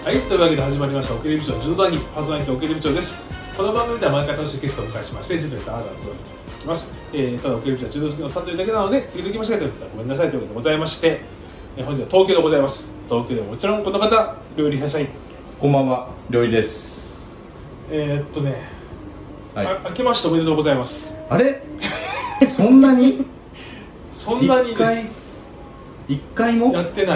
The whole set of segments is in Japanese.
はい、というわけで始まりました、オケル部長柔道にパーソナリティオケル部長です。この番組では毎回楽しいゲストをお迎えしまして、柔道にダーダーといきます。ただオケル部長は柔道好きのさんというだけなので、時々間違えてる方はごめんなさいということでございまして、本日は東京でございます。東京でもちろんこの方、料理屋さん。 こんばんは、料理です。 はい、明けましておめでとうございます。 あれそんなにそんなにです。 一回もやってない。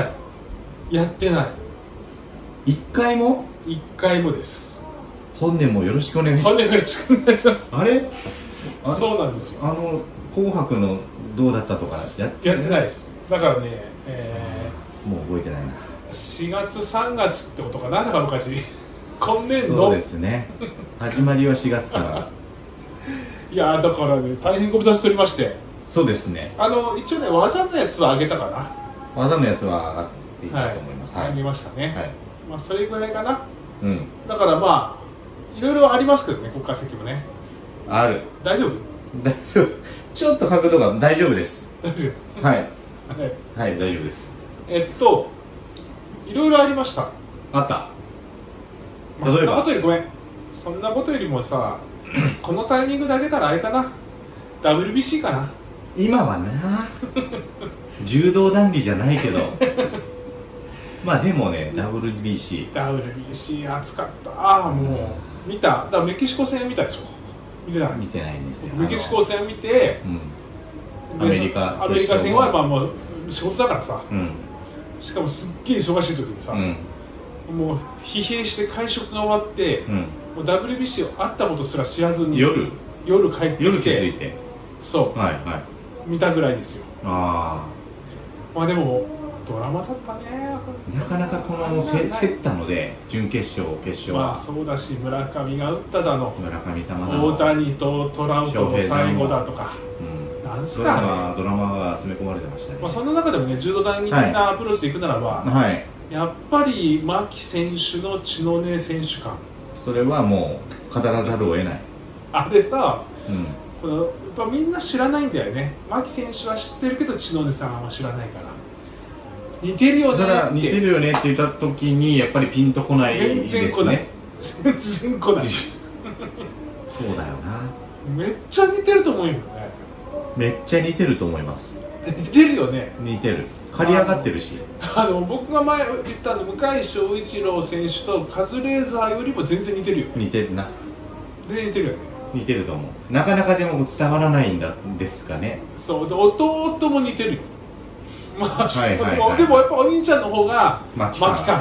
一回もです。 本年もよろしくお願いします。 本年もよろしくお願いします。 あれそうなんですよ。 紅白のどうだったとかやってないです。だからね、 もう覚えてないな。 4月3月ってことかな、だから昔今年度。 そうですね、始まりは4月からいやだからね、大変ご無沙汰しておりまして。 そうですね、 一応ね、技のやつは上げたかな。 技のやつは上がっていたと思います。 はい、上げましたね。はい、まあそれぐらいかな。 うん。 だからまあいろいろありますけどね、国家席もね。 ある。 大丈夫？ 大丈夫です。ちょっと角度が大丈夫です。 大丈夫。 はいはい、大丈夫です。 いろいろありました。 あった。 例えば、そんなことよりごめん。そんなことよりもさ、このタイミングであげたらあれかな。WBC かな。 今はな柔道談義じゃないけどまあでもね、WBC 熱かった。ああ、もう見た。だからメキシコ戦見たでしょ。見てないんですよ。メキシコ戦見て、アメリカ戦はまあもう仕事だからさ、しかもすっげえ忙しい時にさ、もう疲弊して会食が終わって、もう WBC を会ったことすら知らずに夜帰ってきて、そう見たぐらいですよ。まあでもドラマだったね。 なかなかこの競ったので、準決勝決勝は、 まあそうだし、村上が打っただの、 村上様だの、 大谷とトラウトの最後だとか、なんすかね、 ドラマが詰め込まれてましたね。 まあそんな中でもね、柔道団的なアプローチでいくならば、やっぱり牧選手の血の根選手権、 それはもう語らざるを得ない。 あれは、このやっぱみんな知らないんだよね。牧選手は知ってるけど血の根さんは知らないから、似てるよねって。それは似てるよねって言った時にやっぱりピンとこないですね。 全然来ないそうだよな。 めっちゃ似てると思うよね。 めっちゃ似てると思います。 似てるよね。似てる。刈り上がってるし、 僕が前言った向井翔一郎選手とカズレーザーよりも全然似てるよね。似てるな。全然似てるよね。似てると思う。 なかなかでも伝わらないんですかね。 そうで、弟も似てるよ。まあでもやっぱお兄ちゃんの方が牧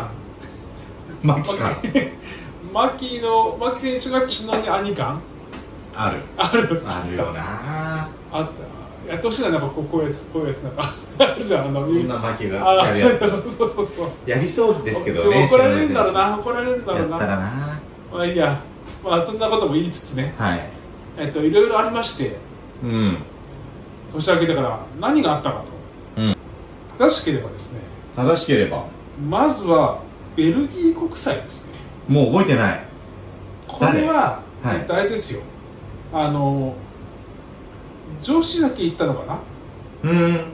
選手が血の根兄感あるよな。あった。やってほしいな、なんかこういうやつなんかあるじゃん、そんな牧がやるやつ。そうやりそうですけどね。 怒られるんだろうな。やったらな。 まあいいや、まあそんなことも言いつつね、いろいろありまして、年明けてから何があったかと。正しければですね、まずはベルギー国際ですね。 もう覚えてない。 これはあれですよ、女子だけ行ったのかな。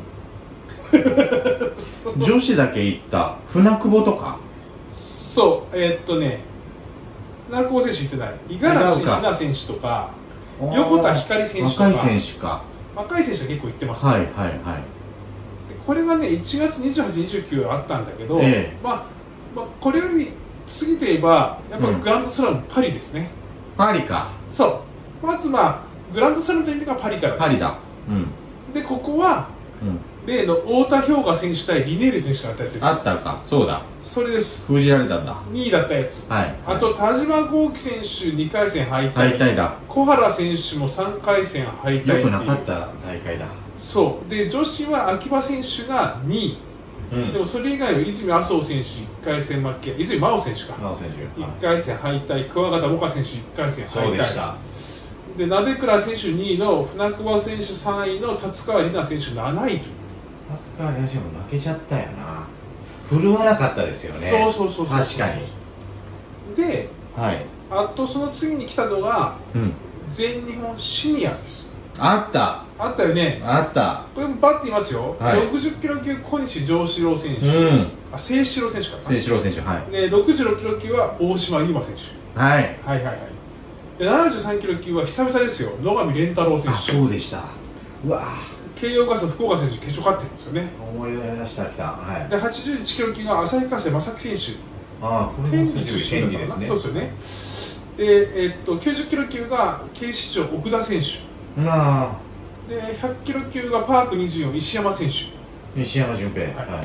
女子だけ行った。船久保とか。 そう、船久保選手行ってない。五十嵐ひな選手とか横田光選手とか。若い選手は結構行ってます。これがね、1月28、29あったんだけど、まあこれより過ぎて言えばやっぱグランドスラムパリですね。 パリか。 そう、まずグランドスラムという意味がパリからです。 パリだ。 でここは、例の太田氷河選手対リネール選手があったやつです。 あったか。そうだ、 それです。 封じられたんだ。 2位だったやつ。あと田島豪樹選手2回戦敗退だ。小原選手も3回戦敗退。 よくなかった大会だ。 そうで、女子は秋葉選手が2位、でもそれ以外は泉麻生選手1回戦負け、泉真央選手か、1回戦敗退、桑形萌歌選手1回戦敗退。そうでした。で鍋倉選手2位の船久保選手3位の達川里奈選手7位という。 達川里奈選手も負けちゃったよな。振るわなかったですよね。 そう確かに。で、あとその次に来たのが、全日本シニアです。 あった。 あったよね。 あった。 これもバッて言いますよ、はい、60キロ級小西丈志郎選手、清志郎選手かな。 清志郎選手、はい。 で66キロ級は大島優馬選手、はい、はいはいはい。で73キロ級は久々ですよ、野上蓮太郎選手。 そうでした。うわ慶応ガスの福岡選手決勝勝ってるんですよね。 思い出したきた。はい。 で81キロ級が旭化成正樹選手、 ああこれも選手出身ですね。 そうですよね。で90キロ級が警視庁奥田選手、で100キロ級がパーク24石山選手、 石山純平、はいはい、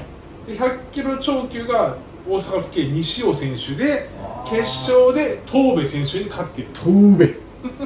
で 100キロ超級が大阪府警西尾選手で、決勝で東部選手に勝っている。 東部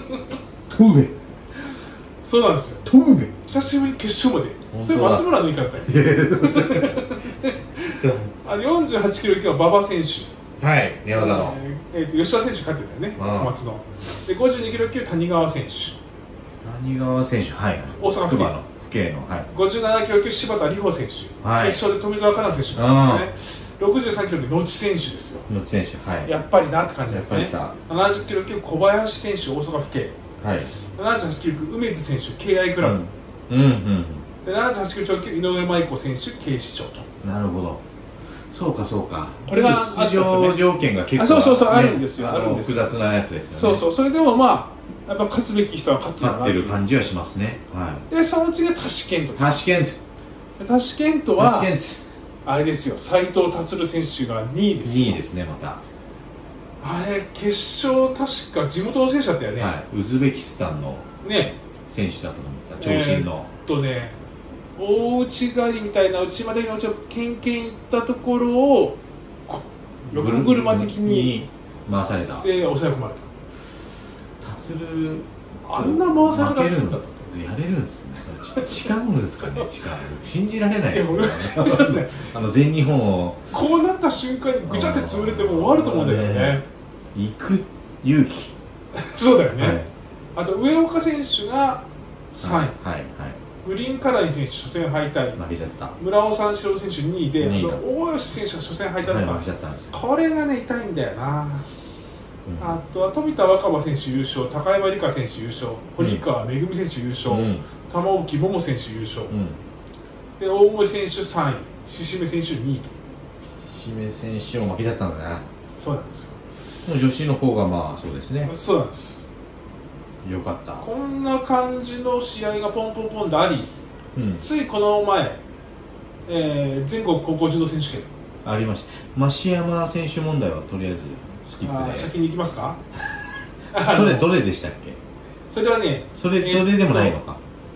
そうなんですよ。 東部久しぶりに決勝まで。それ松村抜いちゃったよ。48キロ級は馬場選手、 はい、寝技の、 吉田選手勝ってたよね、小松の。で52キロ級谷川選手、 はい、 大阪府警の、はい、 57キロ級柴田里穂選手、はい、決勝で富澤香菜選手なんですね。63キロ級野地選手ですよ。 野地選手、はい、 やっぱりなって感じですね。70キロ級小林選手大阪府警、はい、78キロ級梅津選手敬愛クラブ、で78キロ級井上舞子選手警視庁と。 なるほど。そうかそうか。 これが出場条件が結構そうあるんですよ。 複雑なやつですよね。 そうそれでもまあやっぱ勝つべき人は勝ってる感じはしますね。はい。 でその次がタシケントです。タシケントはあれですよ、斉藤達選手が2位ですよ。 2位ですね。またあれ決勝確か地元の選手だったよね。 はい。ウズベキスタンの選手だと思った。長身の大内刈りみたいな内までのケンケンいったところを横車的に回された。 で抑え込まれた。あんな回され方するんだと。 やれるんですね。違うんですかね。信じられないですね。全日本をこうなった瞬間にぐちゃって潰れてもう終わると思うんだよね。 行く勇気。 そうだよね。あと上岡選手が3位。グリーンカラーに選手初戦敗退、 負けちゃった。 村尾三四郎選手2位で、大吉選手が初戦敗退だった。 負けちゃったんですよ。 これがね痛いんだよな。あとは富田若葉選手優勝、高山理香選手優勝、堀川恵選手優勝、玉置桃選手優勝、で大森選手3位、志々目選手2位と。 志々目選手も負けちゃったんだな。 そうなんですよ。 女子の方がまあそうですね。 そうなんです。 よかった。 こんな感じの試合がポンポンポンとあり、ついこの前、全国高校柔道選手権ありました。増山選手問題はとりあえずスキップで先に行きますか。 それどれでしたっけ。 それはね、 それどれでもないのか。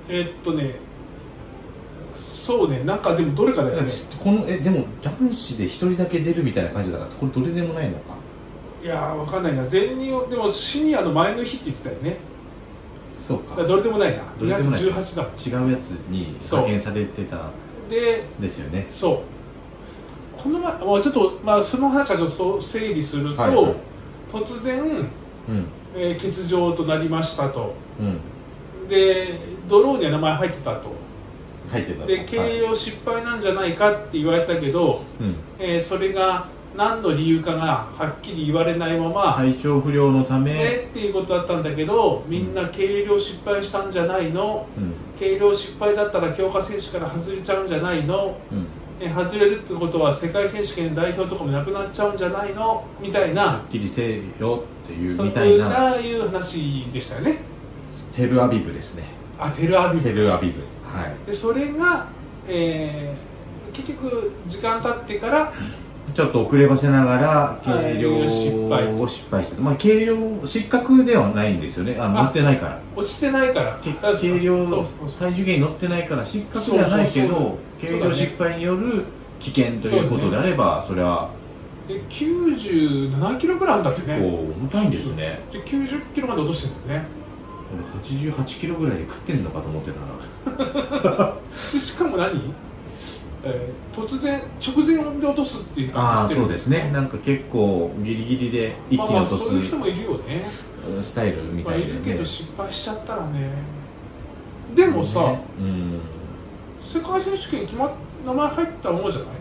そうね、なんかでもどれかだよね。 でも男子で一人だけ出るみたいな感じだから、これどれでもないのか。 いやー、わかんないな。全日本でもシニアの前の日って言ってたよね。 そうか。 どれでもないな。2月18だ。 違うやつに派遣されてたですよね。 そう。この前、ちょっとその話はちょっと整理すると、突然、欠場となりましたと。でドローには名前入ってたと。で計量失敗なんじゃないかって言われたけど、それが何の理由かがはっきり言われないまま体調不良のためっていうことだったんだけど、みんな計量失敗したんじゃないの、計量失敗だったら強化選手から外れちゃうんじゃないの、外れるってことは世界選手権代表とかもなくなっちゃうんじゃないのみたいな、 はっきりせよっていうみたいな、 そういう話でしたよね。 テルアビブですね。 テルアビブ。 はい。 でそれが、結局時間経ってからちょっと遅ればせながら計量を失敗した。計量失格ではないんですよね。乗ってないから。 落ちてないから。 計量体重計に乗ってないから失格ではないけど、計量失敗による危険ということであれば、それは。 で97キロぐらいあんだってね。 重たいんですね。 で90キロまで落としてるんだよね。 俺88キロぐらいで食ってんのかと思ってたら。 しかも何？突然直前で落とすっていう感じしてるんですね。そうですね。なんか結構ギリギリで一気に落とす、 そういう人もいるよね。 スタイルみたいで、ね。 いるけど失敗しちゃったらね。でもさ、世界選手権名前入ったものじゃない？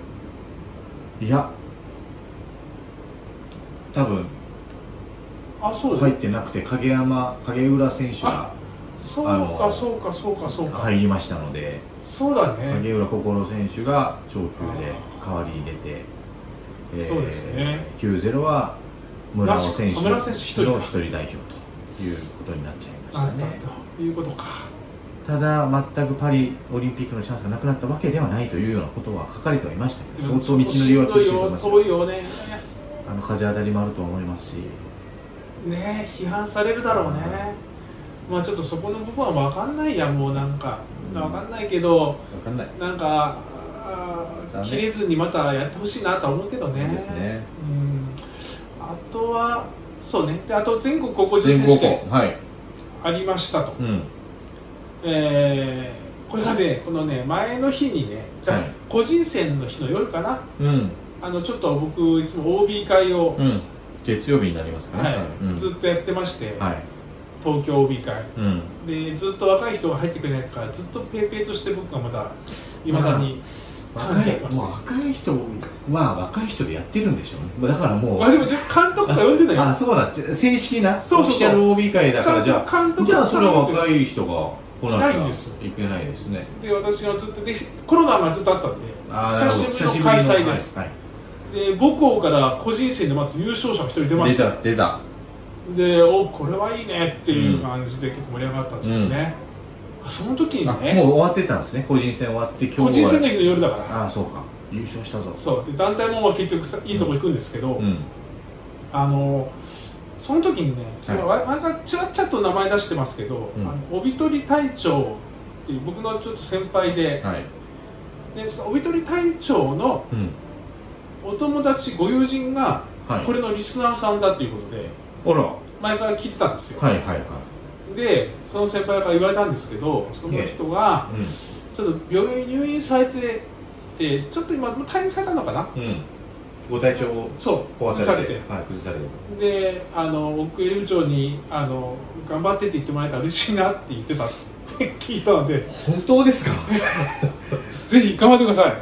いや、多分そう入ってなくて影浦選手がそうかそうかそうかそうか入りましたので、 そうだね、 影浦心選手が長級で代わりに出て、 そうですね、 90は村尾選手の一一人代表ということになっちゃいましたね。 ということか。 ただ全くパリオリンピックのチャンスがなくなったわけではないというようなことは書かれてはいましたけど、相当道のりは厳しいと思います。 遠いよね。 風当たりもあると思いますしね、批判されるだろうね。まあちょっとそこの部分は分かんないや、もうなんか分かんないけど、なんか切れずにまたやってほしいなとは思うけどね。 ですね。 あとはそうね、であと全国高校女子選手権ありましたと。これがね、このね前の日にね、じゃあ個人戦の日の夜かな、ちょっと僕いつも OB 会を、 月曜日になりますかね、 ずっとやってまして、東京 OB 会、でずっと若い人が入ってくれないからずっとペーペーとして僕がまだいまだに若い人は若い人でやってるんでしょうね。だからもうでも監督が呼んでないよ。 そうだ、正式なオフィシャル OB 会だから、じゃあそれは若い人が来なきゃいけないですね。 で私がずっとコロナがずっとあったんで久しぶりの開催です。で母校から個人戦でまず優勝者が1人出ました。 出たでこれはいいねっていう感じで結構盛り上がったんですよね。その時にね、 もう終わってたんですね。個人戦終わって今日は個人戦の日の夜だから。 そうか、優勝したぞ。 そうで団体も結局いいとこ行くんですけど、その時にね、なんかちらっちゃと名前出してますけど、帯取隊長っていう僕のちょっと先輩で、でその帯取隊長のお友達ご友人がこれのリスナーさんだということで、前から聞いてたんですよ。でその先輩から言われたんですけど、その人がちょっと病院入院されてて、ちょっと今退院されたのかな、 ご体調を崩されて、で奥入部長に頑張ってって言ってもらえたら嬉しいなって言ってたって聞いたので。 本当ですか？ ぜひ頑張ってください。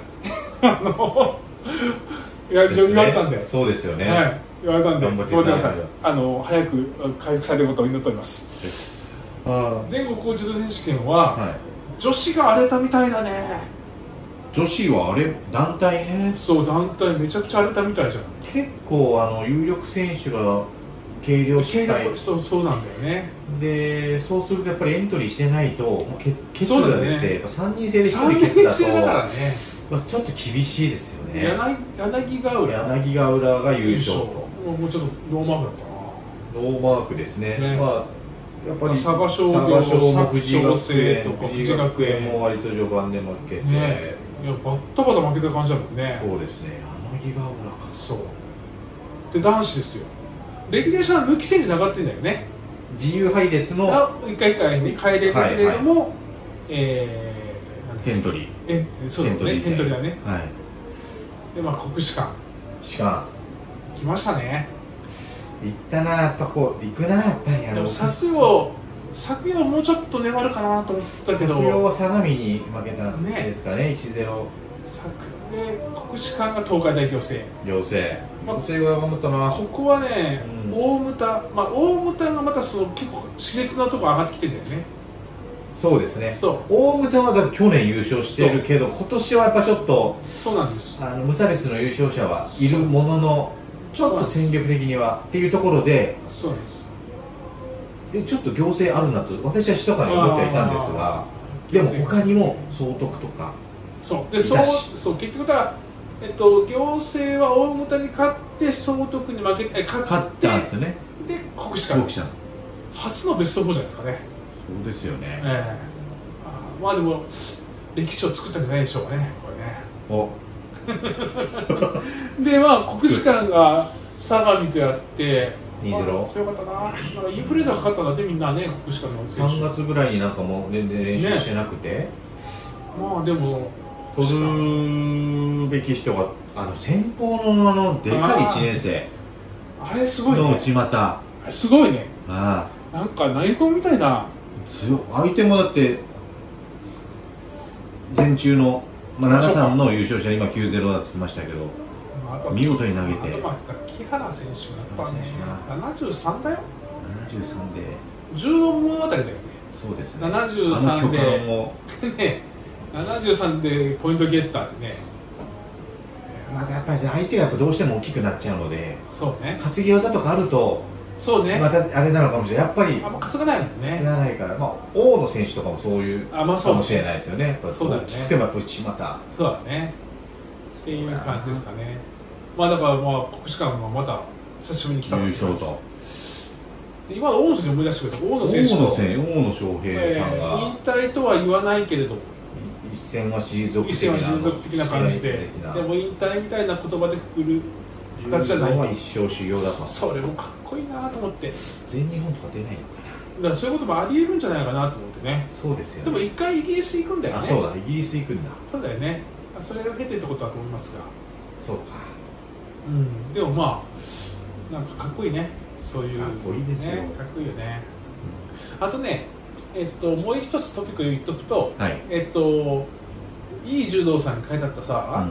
いや言われたんで。 そうですよね。 言われたんで頑張ってください。早く回復されることを祈っております。全国高術選手権は女子が荒れたみたいだね。 女子は団体ね。 そう、団体めちゃくちゃ荒れたみたいじゃん。 結構有力選手が計量失敗。 そうなんだよね。 でそうするとやっぱりエントリーしてないと欠が出て、3人制で1人欠だとちょっと厳しいですよね。 柳ヶ浦が優勝と。 もうちょっとノーマークだったな。 ノーマークですね。やっぱり佐賀商業、 富士学園も割と序盤で負けて、 バッタバタ負けた感じだもんね。 そうですね。柳ヶ浦か。 そうで男子ですよ。レギュレーションは抜き戦じゃなかったんだよね。 自由ハイレスの一回に帰れるけれども、 テントリー、 そうだね、テントリーだね。で国士舘来ましたね。 行ったな、やっぱ行くな、やっぱり。 でも昨夜もうちょっと粘るかなと思ったけど、 昨夜は相模に負けたんですかね、1-0。 国士舘が東海大仰星が頑張ったな。 ここはね、大牟田がまた結構熾烈なとこ上がってきてるんだよね。 そうですね。大牟田は去年優勝してるけど、今年はやっぱちょっとそうなんです。 無差別の優勝者はいるものの、ちょっと戦力的にはっていうところで、 そうなんです。 ちょっと行政あるなと私は密かに思ってはいたんですが、でも他にも総督とか結局だ、行政は大牟田に勝って総督に勝ったんですよね。で国士舘初のベスト4じゃないですかね。 そうですよね。 まあでも歴史を作ったんじゃないでしょうかね、これね。で国士舘が相模とやって 2-0、 強かったな。インフルエンザかかったんだってみんなね、国士舘の選手。 3月ぐらいになんかもう全然練習してなくて、 でも取るべき人が先方のでかい1年生、 あれすごいね。 の内股すごいね。なんか内功みたいな。 相手もだって前中の73の優勝者、今9-0だって言ってましたけど、見事に投げて。 木原選手がやっぱね、73だよ。 73で柔道物語だよね。 そうですね、 73でね、73でポイントゲッターってね、 またやっぱり相手がやっぱどうしても大きくなっちゃうので、 そうね、 担ぎ技とかあると、 そうね、 またあれなのかもしれない、やっぱりあんま担がないもんね、 担がないから、まあ、大野選手とかもそういうかもしれないですよね、やっぱそうだね、 大きくてもやっぱ内股、 そうだねっていう感じですかね。まあだからまあ国士舘もまた久しぶりに来た優勝と。 今大野選手思い出してくれた、大野選手と大野翔平さんが、 引退とは言わないけれども、 一線は退く的な感じで、でも引退みたいな言葉でくくる形じゃない。 は一生修行だと。 それもかっこいいなと思って。 全日本とか出ないのかな。 だからそういうこともありえるんじゃないかなと思ってね。 そうですよね。 でも一回イギリス行くんだよね。 あ、そうだ、イギリス行くんだ。 そうだよね。それが経てってことだと思いますが。 そうか。 うん。でもまあなんかかっこいいね。そういう。 かっこいいですよ。 かっこいいよね。あとね、もう一つトピック言っとくと、 はい。 いい柔道さんに書いてあったさ、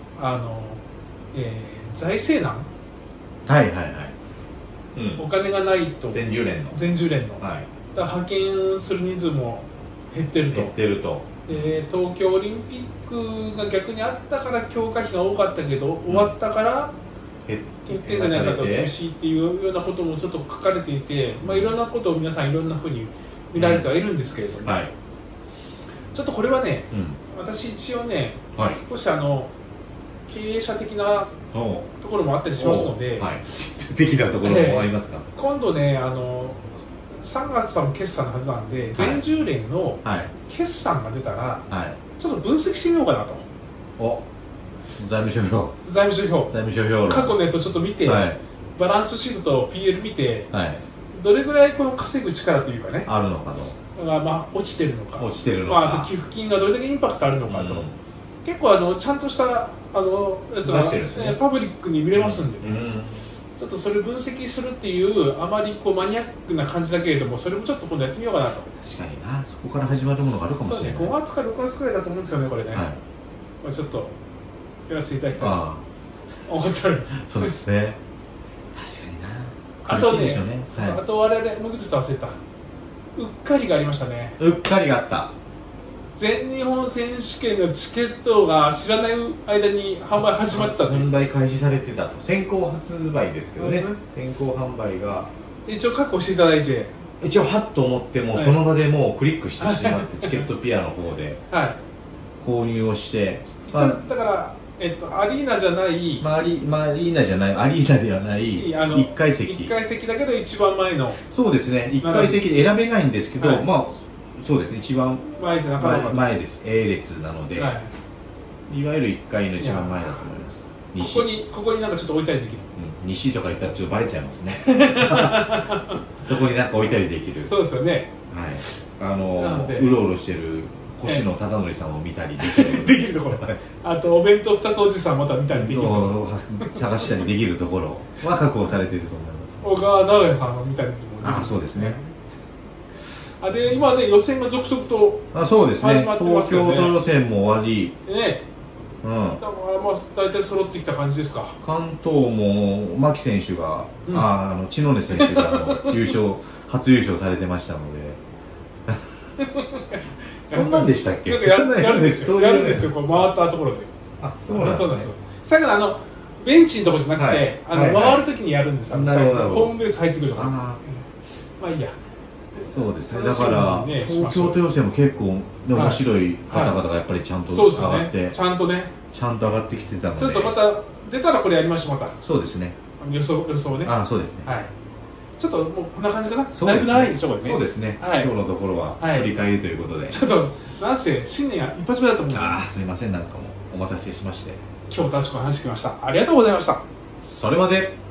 財政難、 はいはいはい、 お金がないと、 全10連の、 はい、だ派遣する人数も減ってると、東京オリンピックが逆にあったから強化費が多かったけど、終わったから減ってんじゃないかと、厳しいっていうようなこともちょっと書かれていて、まあ、いろんなことを皆さんいろんなふうに見られてはいるんですけれども、はい、ちょっとこれはね、私一応ね、はい、少し経営者的なところもあったりしますので、 はい、的なところもありますか。 今度ね、3月の決算のはずなんで、全10連の決算が出たら、はい、ちょっと分析してみようかなと。 お、財務諸表。 財務諸表。過去のやつをちょっと見て、はい、バランスシートと PL 見て、はい、どれぐらいこの稼ぐ力というかね、 あるのかと。 まあ、落ちてるのか、 まあ、あと寄付金がどれだけインパクトあるのかと、結構ちゃんとしたやつが、ね、パブリックに見れますんでね、ちょっとそれ分析するっていうあまりこうマニアックな感じだけれども、それもちょっと今度やってみようかなと。 確かにな、そこから始まるものがあるかもしれない。 5月か6月くらいだと思うんですよね、これね、はい、まあ、ちょっとやらせていただきたいなと思っております。 そうですね、確かにな。 あとね、あと我々もう一つ忘れた、うっかりがありましたね。 うっかりがあった。 全日本選手権のチケットが知らない間に販売始まってた。 販売開始されてたと。先行発売ですけどね、先行販売が一応確保していただいて、 一応はっと思っても、その場でもうクリックしてしまって、チケットピアの方で購入をして、 だからアリーナじゃない、 アリーナじゃない、アリーナではない1階席、 1階席だけど一番前の、 そうですね、1階席で選べないんですけど、まあそうですね、一番前です、A 列なので、いわゆる1階の一番前だと思います。 ここになんかちょっと置いたりできる、 西とか言ったらちょっとバレちゃいますね。そこになんか置いたりできる。 そうですよね、 はい、うろうろしてる星野忠則さんを見たりできるできるところ、あとお弁当2つおじさんまた見たりできるところ、 探したりできるところは確保されていると思います。 小川直也さんを見たりもできる。そうですね。 で今ね、予選が続々とそうですね、東京都予選も終わりね、だからまあ大体揃ってきた感じですか。 関東も牧選手が、千野根選手が初優勝されてましたので。そんなんでしたっけ？ やるんですよ、こう回ったところで。そうなんです。最後のベンチのところじゃなくて、回るときにやるんですよ。ホームベース入ってくるとか。まあいいや。 そうですね、だから東京都予選も結構面白い方々がやっぱりちゃんと上がって、ちゃんと上がってきてたので、 ちょっとまた出たらこれやりましょう、また。 そうですね、 予想ね。 そうですね、 ちょっともうこんな感じかな。 だいぶ長いでしょ、これね。 そうですね、今日のところは振り返りということで、 ちょっとなんせ新年一発目だと思う。 すいません、なんかもお待たせしまして、 今日楽しく話してきました。ありがとうございました。 それまで。